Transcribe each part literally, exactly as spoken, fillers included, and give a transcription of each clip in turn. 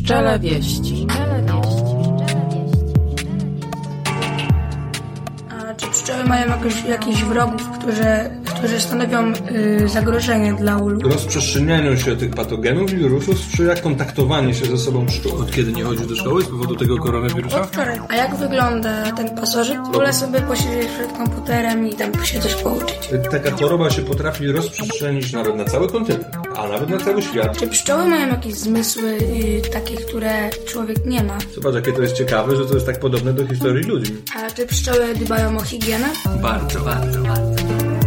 Pszczele wieści. A czy pszczoły mają jakoś, jakichś wrogów, którzy, którzy stanowią y, zagrożenie dla ulu? Rozprzestrzenianiu się tych patogenów i wirusów sprzyja kontaktowanie się ze sobą pszczół. Od kiedy nie chodzisz do szkoły z powodu tego koronawirusa? Od wczoraj. A jak wygląda ten pasożyt? Wolę sobie posiedzieć przed komputerem i tam się coś pouczyć. Taka choroba się potrafi rozprzestrzenić nawet na cały kontynent, a nawet na cały świat. Czy pszczoły mają jakieś zmysły y, takie, które człowiek nie ma? Zobacz, jakie to jest ciekawe, że to jest tak podobne do historii ludzi. A czy pszczoły dbają o higienę? Bardzo, bardzo, bardzo.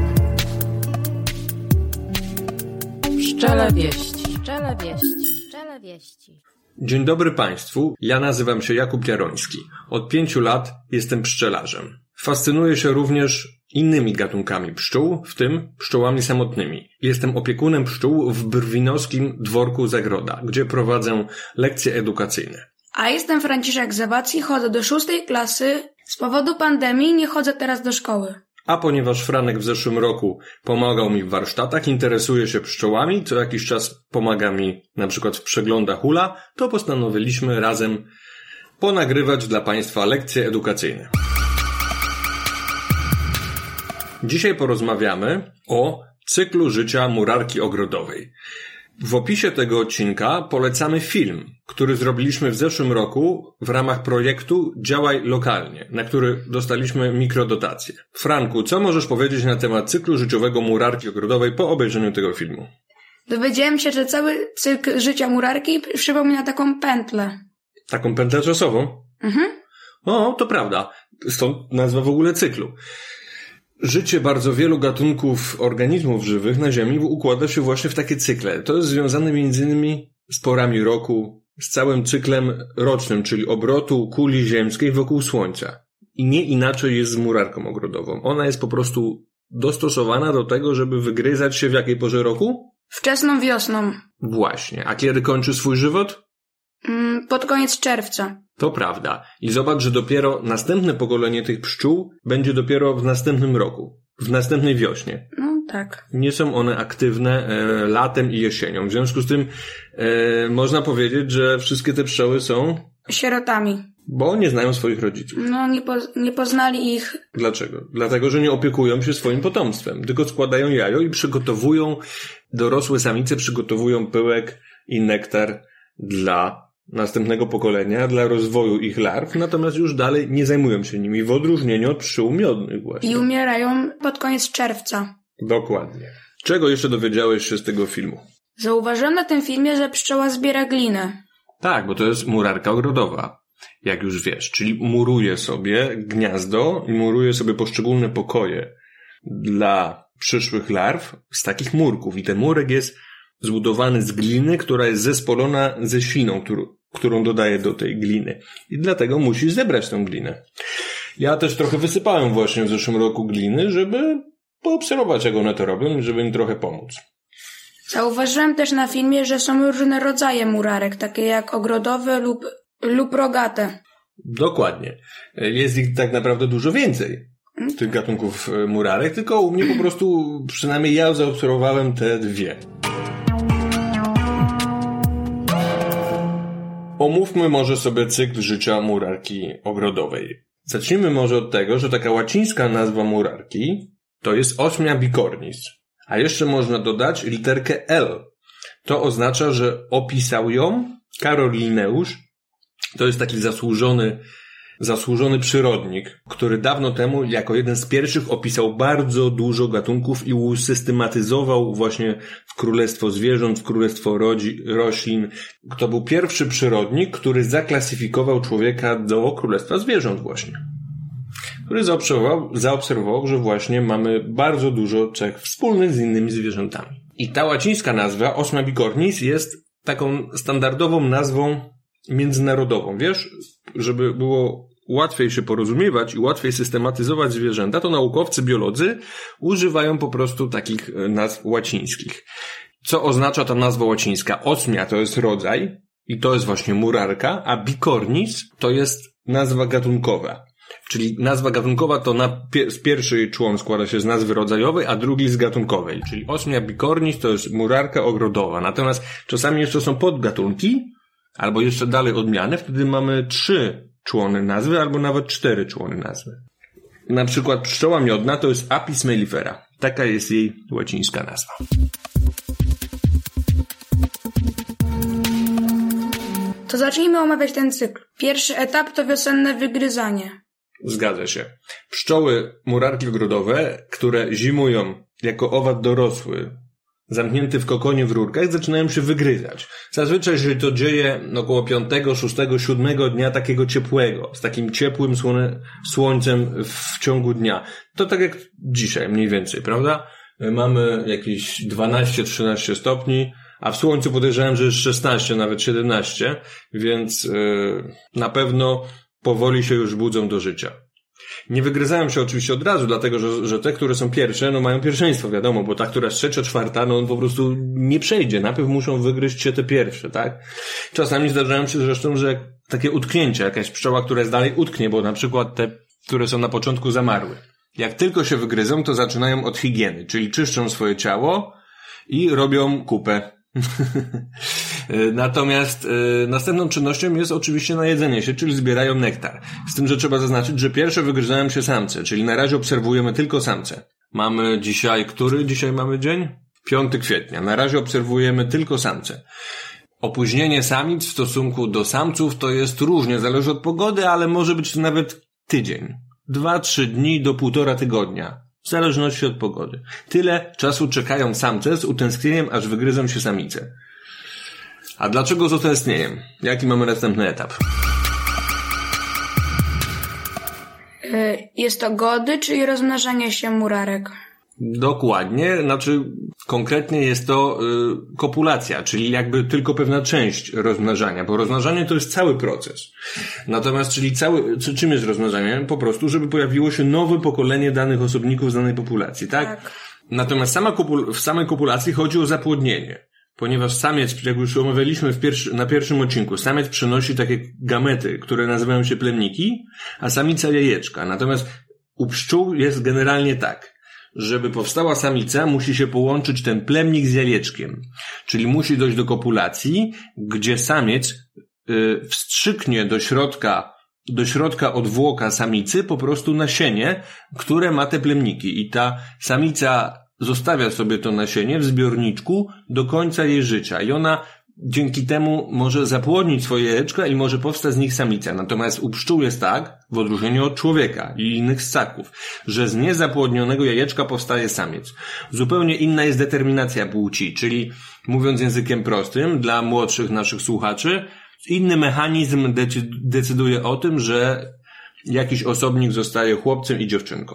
Pszczele wieści. Pszczele wieści. Pszczele wieści. Dzień dobry Państwu, ja nazywam się Jakub Jaroński. Od pięciu lat jestem pszczelarzem. Fascynuję się również innymi gatunkami pszczół, w tym pszczołami samotnymi. Jestem opiekunem pszczół w brwinowskim dworku Zagroda, gdzie prowadzę lekcje edukacyjne. A jestem Franciszek Zawacji, chodzę do szóstej klasy. Z powodu pandemii nie chodzę teraz do szkoły. A ponieważ Franek w zeszłym roku pomagał mi w warsztatach, interesuje się pszczołami, co jakiś czas pomaga mi na przykład w przeglądach ula, to postanowiliśmy razem ponagrywać dla Państwa lekcje edukacyjne. Dzisiaj porozmawiamy o cyklu życia murarki ogrodowej. W opisie tego odcinka polecamy film, który zrobiliśmy w zeszłym roku w ramach projektu Działaj Lokalnie, na który dostaliśmy mikrodotacje. Franku, co możesz powiedzieć na temat cyklu życiowego murarki ogrodowej po obejrzeniu tego filmu? Dowiedziałem się, że cały cykl życia murarki przypomina taką pętlę. Taką pętlę czasową? Mhm. O, to prawda. Stąd nazwa w ogóle cyklu. Życie bardzo wielu gatunków organizmów żywych na Ziemi układa się właśnie w takie cykle. To jest związane między innymi z porami roku, z całym cyklem rocznym, czyli obrotu kuli ziemskiej wokół Słońca. I nie inaczej jest z murarką ogrodową. Ona jest po prostu dostosowana do tego, żeby wygryzać się w jakiej porze roku? Wczesną wiosną. Właśnie. A kiedy kończy swój żywot? Mm, pod koniec czerwca. To prawda. I zobacz, że dopiero następne pokolenie tych pszczół będzie dopiero w następnym roku. W następnej wiośnie. No tak. Nie są one aktywne e, latem i jesienią. W związku z tym e, można powiedzieć, że wszystkie te pszczoły są... sierotami. Bo nie znają swoich rodziców. No, nie, po, nie poznali ich. Dlaczego? Dlatego, że nie opiekują się swoim potomstwem. Tylko składają jajo i przygotowują, dorosłe samice przygotowują pyłek i nektar dla następnego pokolenia, dla rozwoju ich larw, natomiast już dalej nie zajmują się nimi, w odróżnieniu od pszczół miodnych właśnie. I umierają pod koniec czerwca. Dokładnie. Czego jeszcze dowiedziałeś się z tego filmu? Zauważyłem na tym filmie, że pszczoła zbiera glinę. Tak, bo to jest murarka ogrodowa, jak już wiesz, czyli muruje sobie gniazdo i muruje sobie poszczególne pokoje dla przyszłych larw z takich murków i ten murek jest zbudowany z gliny, która jest zespolona ze śliną, którą, którą dodaje do tej gliny. I dlatego musisz zebrać tę glinę. Ja też trochę wysypałem właśnie w zeszłym roku gliny, żeby poobserwować, jak one to robią i żeby im trochę pomóc. Zauważyłem też na filmie, że są różne rodzaje murarek, takie jak ogrodowe lub, lub rogate. Dokładnie. Jest ich tak naprawdę dużo więcej, tych gatunków murarek, tylko u mnie po prostu, przynajmniej ja zaobserwowałem te dwie. Omówmy może sobie cykl życia murarki ogrodowej. Zacznijmy może od tego, że taka łacińska nazwa murarki to jest Osmia bicornis, a jeszcze można dodać literkę L. To oznacza, że opisał ją Karol Linneusz. To jest taki zasłużony, zasłużony przyrodnik, który dawno temu jako jeden z pierwszych opisał bardzo dużo gatunków i usystematyzował właśnie w królestwo zwierząt, w królestwo rodzi, roślin. To był pierwszy przyrodnik, który zaklasyfikował człowieka do królestwa zwierząt właśnie. Który zaobserwował, zaobserwował, że właśnie mamy bardzo dużo cech wspólnych z innymi zwierzętami. I ta łacińska nazwa, Osmia bicornis, jest taką standardową nazwą międzynarodową. Wiesz, żeby było łatwiej się porozumiewać i łatwiej systematyzować zwierzęta, to naukowcy, biolodzy używają po prostu takich nazw łacińskich. Co oznacza ta nazwa łacińska? Osmia to jest rodzaj i to jest właśnie murarka, a bicornis to jest nazwa gatunkowa. Czyli nazwa gatunkowa to na pie- z pierwszy człon składa się z nazwy rodzajowej, a drugi z gatunkowej. Czyli Osmia bicornis to jest murarka ogrodowa. Natomiast czasami jeszcze są podgatunki Albo jeszcze dalej odmianę, wtedy mamy trzy człony nazwy, albo nawet cztery człony nazwy. Na przykład pszczoła miodna to jest Apis mellifera. Taka jest jej łacińska nazwa. To zacznijmy omawiać ten cykl. Pierwszy etap to wiosenne wygryzanie. Zgadza się. Pszczoły murarki ogrodowe, które zimują jako owad dorosły, zamknięty w kokonie w rurkach, zaczynają się wygryzać. Zazwyczaj się to dzieje około piątego, szóstego, siódmego dnia takiego ciepłego, z takim ciepłym słone, słońcem w ciągu dnia. To tak jak dzisiaj mniej więcej, prawda? Mamy jakieś dwanaście trzynaście stopni, a w słońcu podejrzewam, że jest szesnaście, nawet siedemnaście, więc yy, na pewno powoli się już budzą do życia. Nie wygryzają się oczywiście od razu, dlatego że, że te, które są pierwsze, no mają pierwszeństwo, wiadomo, bo ta, która jest trzecia, czwarta, no on po prostu nie przejdzie. Najpierw muszą wygryźć się te pierwsze, tak? Czasami zdarzają się zresztą, że takie utknięcia, jakaś pszczoła, która jest dalej utknie, bo na przykład te, które są na początku zamarły. Jak tylko się wygryzą, to zaczynają od higieny, czyli czyszczą swoje ciało i robią kupę. Natomiast y, następną czynnością jest oczywiście najedzenie się, czyli zbierają nektar. Z tym, że trzeba zaznaczyć, że pierwsze wygryzają się samce, czyli na razie obserwujemy tylko samce. Mamy dzisiaj, który dzisiaj mamy dzień? piątego kwietnia. Na razie obserwujemy tylko samce. Opóźnienie samic w stosunku do samców to jest różnie, zależy od pogody, ale może być to nawet tydzień. Dwa, trzy dni do półtora tygodnia. W zależności od pogody. Tyle czasu czekają samce z utęsknieniem, aż wygryzą się samice. A dlaczego z utęsknieniem? Jaki mamy następny etap? Jest to gody, czyli rozmnażanie się murarek. Dokładnie, znaczy konkretnie jest to y, kopulacja, czyli jakby tylko pewna część rozmnażania, bo rozmnażanie to jest cały proces. Natomiast, czyli cały, czy, czym jest rozmnażanie? Po prostu, żeby pojawiło się nowe pokolenie danych osobników z danej populacji, tak? Tak. Natomiast sama kopul- w samej kopulacji chodzi o zapłodnienie, ponieważ samiec, jak już omawialiśmy w pierwszy, na pierwszym odcinku, samiec przynosi takie gamety, które nazywają się plemniki, a samica jajeczka. Natomiast u pszczół jest generalnie tak. Żeby powstała samica, musi się połączyć ten plemnik z jajeczkiem. Czyli musi dojść do kopulacji, gdzie samiec y, wstrzyknie do środka, do środka odwłoka samicy po prostu nasienie, które ma te plemniki. I ta samica zostawia sobie to nasienie w zbiorniczku do końca jej życia. I ona dzięki temu może zapłodnić swoje jajeczka i może powstać z nich samica. Natomiast u pszczół jest tak, w odróżnieniu od człowieka i innych ssaków, że z niezapłodnionego jajeczka powstaje samiec. Zupełnie inna jest determinacja płci, czyli mówiąc językiem prostym, dla młodszych naszych słuchaczy, inny mechanizm decy- decyduje o tym, że jakiś osobnik zostaje chłopcem i dziewczynką.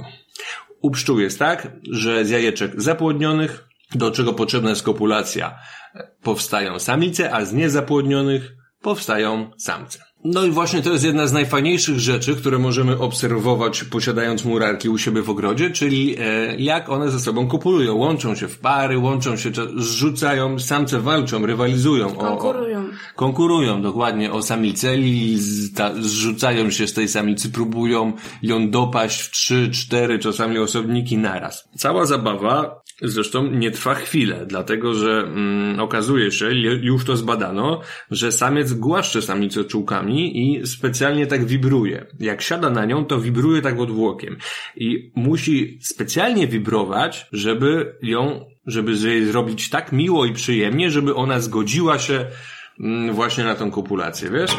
U pszczół jest tak, że z jajeczek zapłodnionych, do czego potrzebna jest kopulacja, powstają samice, a z niezapłodnionych powstają samce. No i właśnie to jest jedna z najfajniejszych rzeczy, które możemy obserwować posiadając murarki u siebie w ogrodzie, czyli e, jak one ze sobą kopulują. Łączą się w pary, łączą się, zrzucają, samce walczą, rywalizują. Konkurują. O, o, konkurują dokładnie o samicę i z, ta, zrzucają się z tej samicy, próbują ją dopaść w trzy, cztery, czasami osobniki naraz. Cała zabawa zresztą nie trwa chwilę, dlatego że mm, okazuje się, już to zbadano, że samiec głaszcze samicę czułkami i specjalnie tak wibruje. Jak siada na nią, to wibruje tak odwłokiem. I musi specjalnie wibrować, żeby ją, żeby jej zrobić tak miło i przyjemnie, żeby ona zgodziła się mm, właśnie na tą kopulację, wiesz?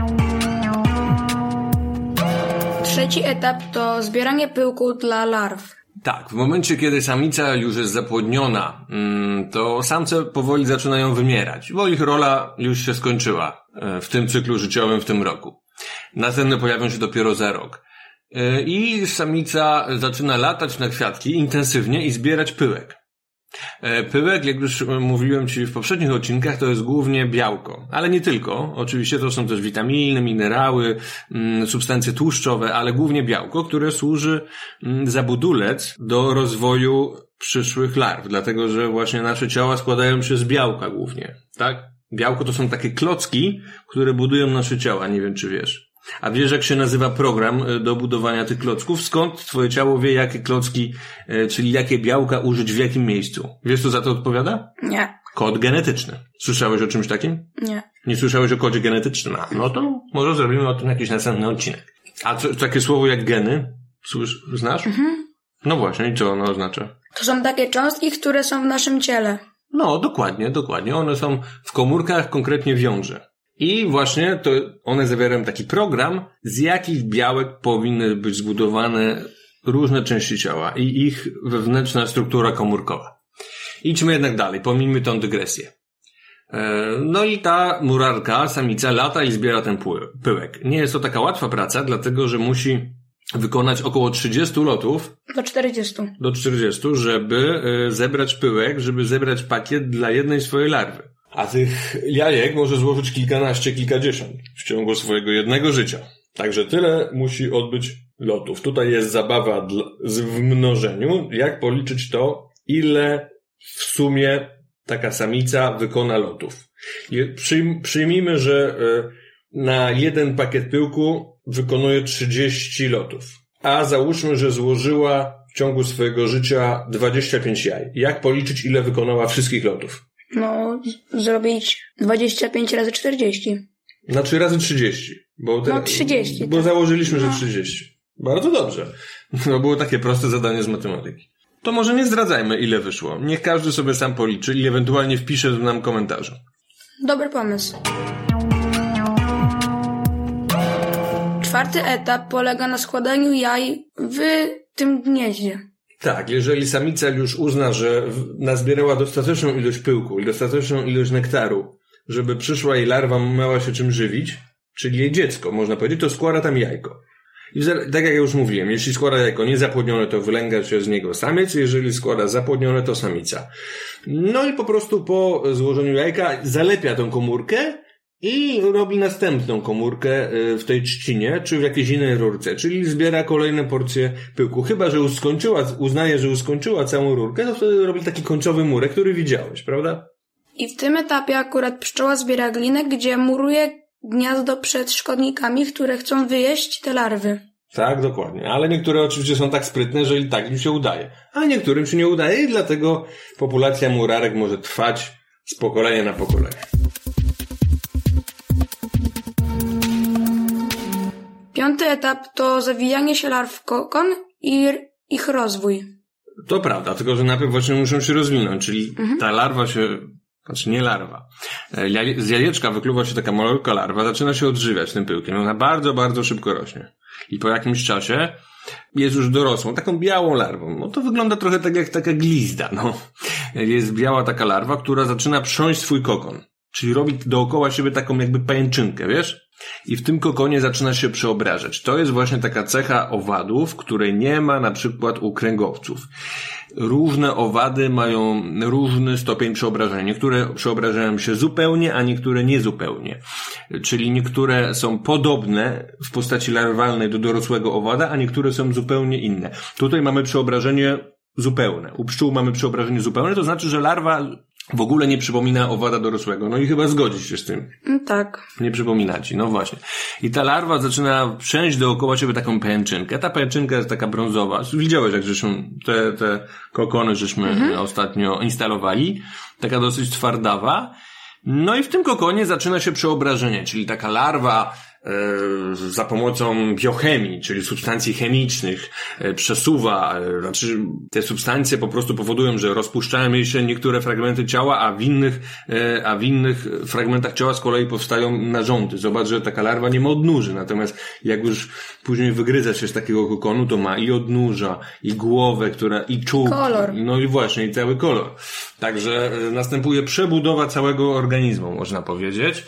Trzeci etap to zbieranie pyłku dla larw. Tak, w momencie, kiedy samica już jest zapłodniona, to samce powoli zaczynają wymierać, bo ich rola już się skończyła w tym cyklu życiowym w tym roku. Następne pojawią się dopiero za rok. I samica zaczyna latać na kwiatki intensywnie i zbierać pyłek. Pyłek, jak już mówiłem Ci w poprzednich odcinkach, to jest głównie białko, ale nie tylko. Oczywiście to są też witaminy, minerały, substancje tłuszczowe, ale głównie białko, które służy za budulec do rozwoju przyszłych larw, dlatego że właśnie nasze ciała składają się z białka głównie, tak? Białko to są takie klocki, które budują nasze ciała, nie wiem czy wiesz. A wiesz, jak się nazywa program do budowania tych klocków? Skąd twoje ciało wie, jakie klocki, czyli jakie białka użyć w jakim miejscu? Wiesz, co za to odpowiada? Nie. Kod genetyczny. Słyszałeś o czymś takim? Nie. Nie słyszałeś o kodzie genetycznym? No to może zrobimy o tym jakiś następny odcinek. A co, takie słowo jak geny? Słysz, znasz? Mhm. No właśnie, i co ono oznacza? To są takie cząstki, które są w naszym ciele. No, dokładnie, dokładnie. One są w komórkach, konkretnie w jądrze. I właśnie to one zawierają taki program, z jakich białek powinny być zbudowane różne części ciała i ich wewnętrzna struktura komórkowa. Idźmy jednak dalej, pomijmy tą dygresję. No i ta murarka, samica, lata i zbiera ten pyłek. Nie jest to taka łatwa praca, dlatego że musi wykonać około trzydziestu lotów. Do czterdziestu. Do czterdziestu, żeby zebrać pyłek, żeby zebrać pakiet dla jednej swojej larwy. A tych jajek może złożyć kilkanaście, kilkadziesiąt w ciągu swojego jednego życia. Także tyle musi odbyć lotów. Tutaj jest zabawa w mnożeniu. Jak policzyć to, ile w sumie taka samica wykona lotów. Przyjmijmy, że na jeden pakiet pyłku wykonuje trzydzieści lotów. A załóżmy, że złożyła w ciągu swojego życia dwadzieścia pięć jaj. Jak policzyć, ile wykonała wszystkich lotów? No, zrobić dwadzieścia pięć razy czterdzieści. Znaczy razy trzydzieści. Bo te, no trzydzieści. Bo tak. założyliśmy, no. że trzydzieści. Bardzo dobrze. To było takie proste zadanie z matematyki. To może nie zdradzajmy, ile wyszło. Niech każdy sobie sam policzy i ewentualnie wpisze nam komentarze. Dobry pomysł. Czwarty etap polega na składaniu jaj w tym gnieździe. Tak, jeżeli samica już uzna, że nazbierała dostateczną ilość pyłku i dostateczną ilość nektaru, żeby przyszła jej larwa miała się czym żywić, czyli jej dziecko, można powiedzieć, to składa tam jajko. I tak jak już mówiłem, jeśli składa jajko niezapłodnione, to wylęga się z niego samiec, jeżeli składa zapłodnione, to samica. No i po prostu po złożeniu jajka zalepia tą komórkę i robi następną komórkę w tej trzcinie, czy w jakiejś innej rurce, czyli zbiera kolejne porcje pyłku. Chyba że już skończyła, uznaje, że już skończyła całą rurkę, to wtedy robi taki końcowy murek, który widziałeś, prawda? I w tym etapie akurat pszczoła zbiera glinę, gdzie muruje gniazdo przed szkodnikami, które chcą wyjeść te larwy. Tak, dokładnie. Ale niektóre oczywiście są tak sprytne, że i tak im się udaje. A niektórym się nie udaje i dlatego populacja murarek może trwać z pokolenia na pokolenie. Piąty etap to zawijanie się larw w kokon i ich rozwój. To prawda, tylko że najpierw właśnie muszą się rozwinąć, czyli mhm. ta larwa się... Znaczy nie larwa. Z jajeczka wykluwa się taka malutka larwa, zaczyna się odżywiać tym pyłkiem. Ona bardzo, bardzo szybko rośnie. I po jakimś czasie jest już dorosłą, taką białą larwą. No to wygląda trochę tak jak taka glizda, no. Jest biała taka larwa, która zaczyna prząść swój kokon. Czyli robi dookoła siebie taką jakby pajęczynkę, wiesz? I w tym kokonie zaczyna się przeobrażać. To jest właśnie taka cecha owadów, której nie ma na przykład u kręgowców. Różne owady mają różny stopień przeobrażenia. Niektóre przeobrażają się zupełnie, a niektóre niezupełnie. Czyli niektóre są podobne w postaci larwalnej do dorosłego owada, a niektóre są zupełnie inne. Tutaj mamy przeobrażenie zupełne. U pszczół mamy przeobrażenie zupełne, to znaczy, że larwa w ogóle nie przypomina owada dorosłego. No i chyba zgodzisz się z tym. Tak. Nie przypomina ci, no właśnie. I ta larwa zaczyna przejść dookoła siebie taką pajęczynkę. Ta pajęczynka jest taka brązowa. Widziałeś, jak żeśmy te, te kokony żeśmy mhm. ostatnio instalowali. Taka dosyć twardawa. No i w tym kokonie zaczyna się przeobrażenie, czyli taka larwa e, za pomocą biochemii, czyli substancji chemicznych, e, przesuwa, e, znaczy te substancje po prostu powodują, że rozpuszczają jej się niektóre fragmenty ciała, a w innych, e, a w innych fragmentach ciała z kolei powstają narządy. Zobacz, że taka larwa nie ma odnóży, natomiast jak już później wygryza się z takiego kokonu, to ma i odnóża, i głowę, która, i czubki, kolor. No i właśnie, i cały kolor. Także e, następuje przebudowa całego organizmu, można powiedzieć.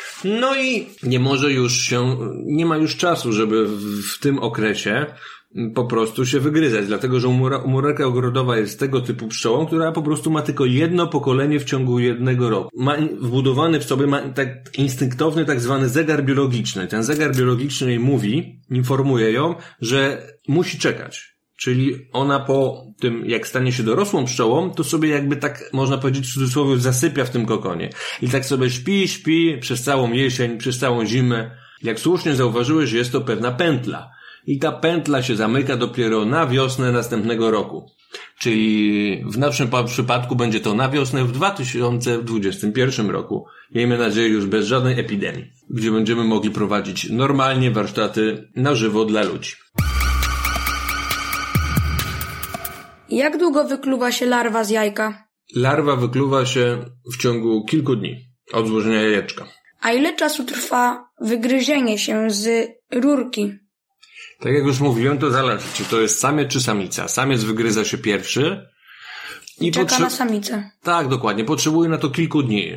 No i nie może już się, nie ma już czasu, żeby w, w tym okresie po prostu się wygryzać, dlatego że murarka ogrodowa jest tego typu pszczołą, która po prostu ma tylko jedno pokolenie w ciągu jednego roku. Ma wbudowany w sobie, ma tak instynktowny tak zwany zegar biologiczny. Ten zegar biologiczny jej mówi, informuje ją, że musi czekać. Czyli ona po tym, jak stanie się dorosłą pszczołą, to sobie jakby tak, można powiedzieć w cudzysłowie, zasypia w tym kokonie. I tak sobie śpi, śpi przez całą jesień, przez całą zimę. Jak słusznie zauważyłeś, jest to pewna pętla. I ta pętla się zamyka dopiero na wiosnę następnego roku. Czyli w naszym przypadku będzie to na wiosnę w dwa tysiące dwudziestym pierwszym roku. Miejmy nadzieję już bez żadnej epidemii, gdzie będziemy mogli prowadzić normalnie warsztaty na żywo dla ludzi. Jak długo wykluwa się larwa z jajka? Larwa wykluwa się w ciągu kilku dni od złożenia jajeczka. A ile czasu trwa wygryzienie się z rurki? Tak jak już mówiłem, to zależy, czy to jest samiec czy samica. Samiec wygryza się pierwszy i czeka potrze- na samicę. Tak, dokładnie. Potrzebuje na to kilku dni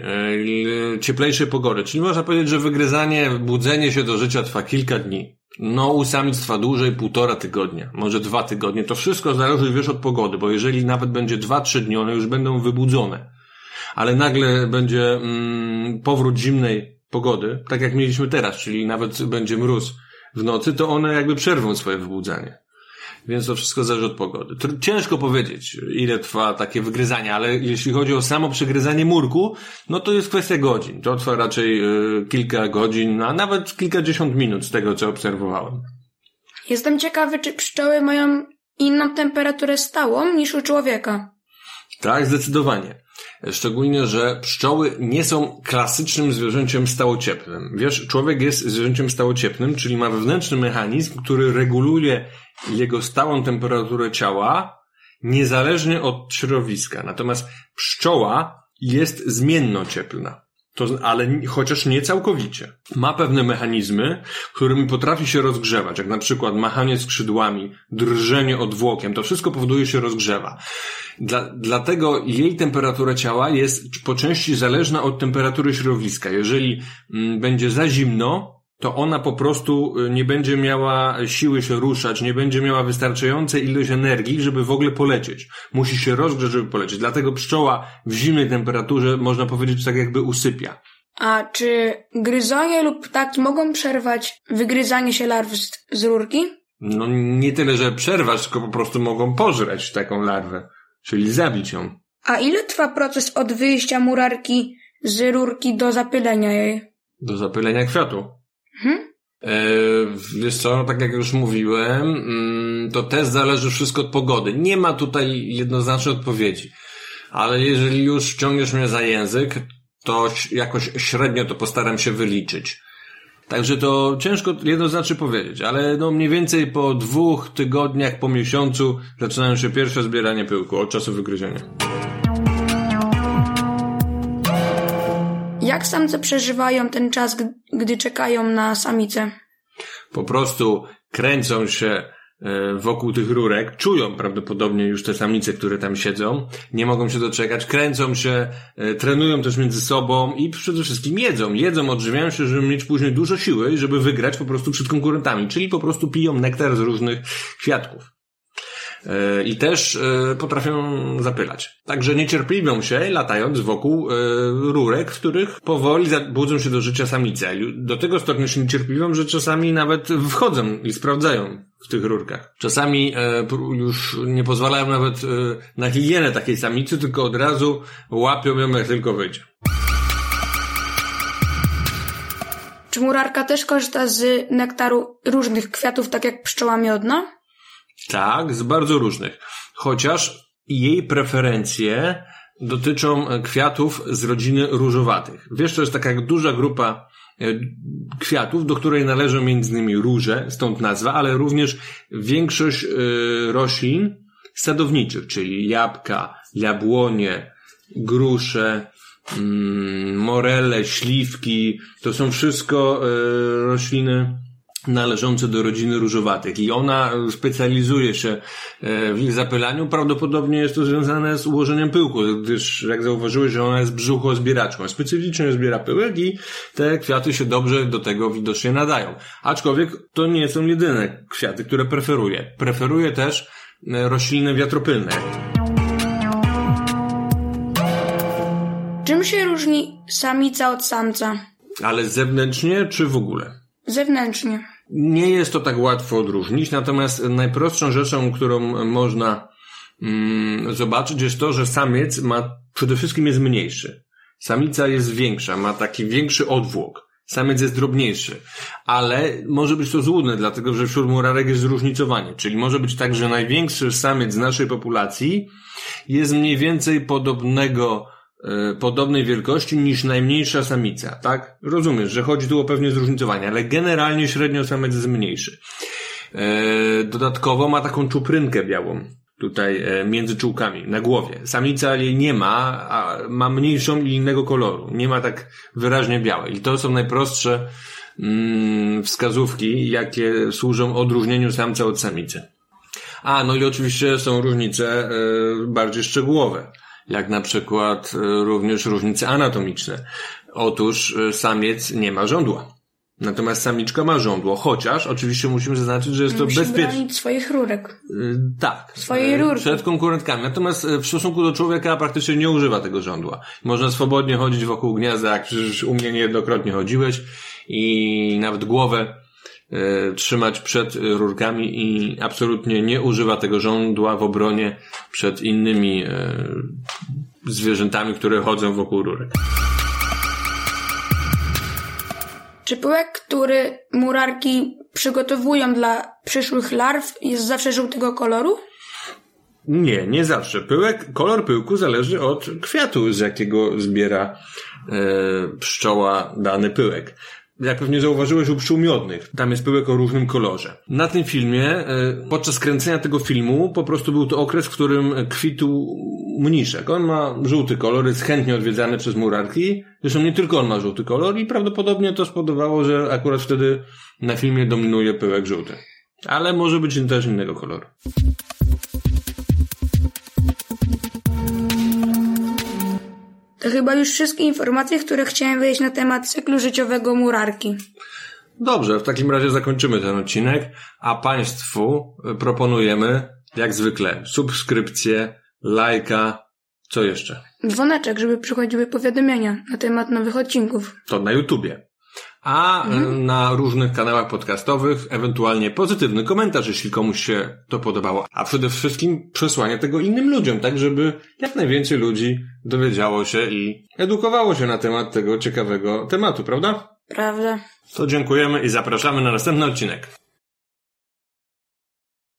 yy, cieplejszej pogody. Czyli można powiedzieć, że wygryzanie, budzenie się do życia trwa kilka dni. No, u samic trwa dłużej, półtora tygodnia, może dwa tygodnie. To wszystko zależy, wiesz, od pogody, bo jeżeli nawet będzie dwa, trzy dni, one już będą wybudzone. Ale nagle będzie mm, powrót zimnej pogody, tak jak mieliśmy teraz, czyli nawet będzie mróz w nocy, to one jakby przerwą swoje wybudzanie. Więc to wszystko zależy od pogody. Ciężko powiedzieć, ile trwa takie wygryzanie, ale jeśli chodzi o samo przegryzanie murku, no to jest kwestia godzin. To trwa raczej y, kilka godzin, a nawet kilkadziesiąt minut z tego, co obserwowałem. Jestem ciekawy, czy pszczoły mają inną temperaturę stałą niż u człowieka. Tak, zdecydowanie. Szczególnie, że pszczoły nie są klasycznym zwierzęciem stałocieplnym. Wiesz, człowiek jest zwierzęciem stałocieplnym, czyli ma wewnętrzny mechanizm, który reguluje jego stałą temperaturę ciała niezależnie od środowiska. Natomiast pszczoła jest zmiennocieplna. To, ale chociaż nie całkowicie. Ma pewne mechanizmy, którymi potrafi się rozgrzewać, jak na przykład machanie skrzydłami, drżenie odwłokiem. To wszystko powoduje, że się rozgrzewa. Dla, dlatego jej temperatura ciała jest po części zależna od temperatury środowiska. Jeżeli m, będzie za zimno, to ona po prostu nie będzie miała siły się ruszać, nie będzie miała wystarczającej ilość energii, żeby w ogóle polecieć. Musi się rozgrzać, żeby polecieć. Dlatego pszczoła w zimnej temperaturze, można powiedzieć, tak jakby usypia. A czy gryzonie lub ptaki mogą przerwać wygryzanie się larw z, z rurki? No nie tyle, że przerwać, tylko po prostu mogą pożreć taką larwę, czyli zabić ją. A ile trwa proces od wyjścia murarki z rurki do zapylenia jej? Do zapylenia kwiatu. Hmm? E, wiesz co, no tak jak już mówiłem, mm, to też zależy wszystko od pogody. Nie ma tutaj jednoznacznej odpowiedzi. Ale jeżeli już ciągniesz mnie za język, to jakoś średnio to postaram się wyliczyć. Także to ciężko jednoznacznie powiedzieć, ale no mniej więcej po dwóch tygodniach, po miesiącu zaczynają się pierwsze zbieranie pyłku od czasu wygryzienia. Jak samce przeżywają ten czas, gdy czekają na samicę? Po prostu kręcą się wokół tych rurek, czują prawdopodobnie już te samice, które tam siedzą, nie mogą się doczekać, kręcą się, trenują też między sobą i przede wszystkim jedzą. Jedzą, odżywiają się, żeby mieć później dużo siły, żeby wygrać po prostu przed konkurentami, czyli po prostu piją nektar z różnych kwiatków. I też potrafią zapylać. Także niecierpliwią się, latając wokół rurek, w których powoli budzą się do życia samice. Do tego stopnia się niecierpliwią, że czasami nawet wchodzą i sprawdzają w tych rurkach. Czasami już nie pozwalają nawet na higienę takiej samicy, tylko od razu łapią ją, jak tylko wyjdzie. Czy murarka też korzysta z nektaru różnych kwiatów, tak jak pszczoła miodna? Tak, z bardzo różnych. Chociaż jej preferencje dotyczą kwiatów z rodziny różowatych. Wiesz, to jest taka duża grupa kwiatów, do której należą między innymi róże, stąd nazwa, ale również większość roślin sadowniczych, czyli jabłka, jabłonie, grusze, morele, śliwki. To są wszystko rośliny należące do rodziny różowatych i ona specjalizuje się w ich zapylaniu. Prawdopodobnie jest to związane z ułożeniem pyłku, gdyż jak zauważyłeś, że ona jest brzuchozbieraczką. Specyficznie zbiera pyłek i te kwiaty się dobrze do tego widocznie nadają. Aczkolwiek to nie są jedyne kwiaty, które preferuje. Preferuje też rośliny wiatropylne. Czym się różni samica od samca? Ale zewnętrznie czy w ogóle? Zewnętrznie. Nie jest to tak łatwo odróżnić, natomiast najprostszą rzeczą, którą można mm, zobaczyć, jest to, że samiec ma, przede wszystkim jest mniejszy. Samica jest większa, ma taki większy odwłok. Samiec jest drobniejszy, ale może być to złudne, dlatego że wśród murarek jest zróżnicowanie, czyli może być tak, że największy samiec z naszej populacji jest mniej więcej podobnego, e, podobnej wielkości niż najmniejsza samica, tak? Rozumiesz, że chodzi tu o pewne zróżnicowanie, ale generalnie średnio samiec jest mniejszy. E, dodatkowo ma taką czuprynkę białą tutaj e, między czułkami, na głowie. Samica jej nie ma, a ma mniejszą i innego koloru. Nie ma tak wyraźnie białej. I to są najprostsze mm, wskazówki, jakie służą odróżnieniu samca od samicy. A, no i oczywiście są różnice e, bardziej szczegółowe, jak na przykład e, również różnice anatomiczne. Otóż e, samiec nie ma żądła. Natomiast samiczka ma żądło, chociaż oczywiście musimy zaznaczyć, że jest to Musi bezpieczne. bronić swoich rurek. Yy, tak. Swojej yy, rurki. Przed konkurentkami. Natomiast w stosunku do człowieka praktycznie nie używa tego żądła. Można swobodnie chodzić wokół gniazda, jak przecież u mnie niejednokrotnie chodziłeś i nawet głowę yy, trzymać przed rurkami i absolutnie nie używa tego żądła w obronie przed innymi yy, zwierzętami, które chodzą wokół rurek. Czy pyłek, który murarki przygotowują dla przyszłych larw, jest zawsze żółtego koloru? Nie, nie zawsze. Pyłek, kolor pyłku zależy od kwiatu, z jakiego zbiera e, pszczoła dany pyłek. Jak pewnie zauważyłeś u pszczół miodnych, tam jest pyłek o różnym kolorze. Na tym filmie, e, podczas kręcenia tego filmu, po prostu był to okres, w którym kwitł mniszek. On ma żółty kolor, jest chętnie odwiedzany przez murarki. Zresztą nie tylko on ma żółty kolor i prawdopodobnie to spowodowało, że akurat wtedy na filmie dominuje pyłek żółty. Ale może być też innego koloru. To chyba już wszystkie informacje, które chciałem wiedzieć na temat cyklu życiowego murarki. Dobrze, w takim razie zakończymy ten odcinek, a Państwu proponujemy, jak zwykle, subskrypcję, lajka, co jeszcze? Dzwoneczek, żeby przychodziły powiadomienia na temat nowych odcinków. To na YouTubie. A mhm. na różnych kanałach podcastowych ewentualnie pozytywny komentarz, jeśli komuś się to podobało. A przede wszystkim przesłanie tego innym ludziom, tak żeby jak najwięcej ludzi dowiedziało się i edukowało się na temat tego ciekawego tematu, prawda? Prawda. To dziękujemy i zapraszamy na następny odcinek.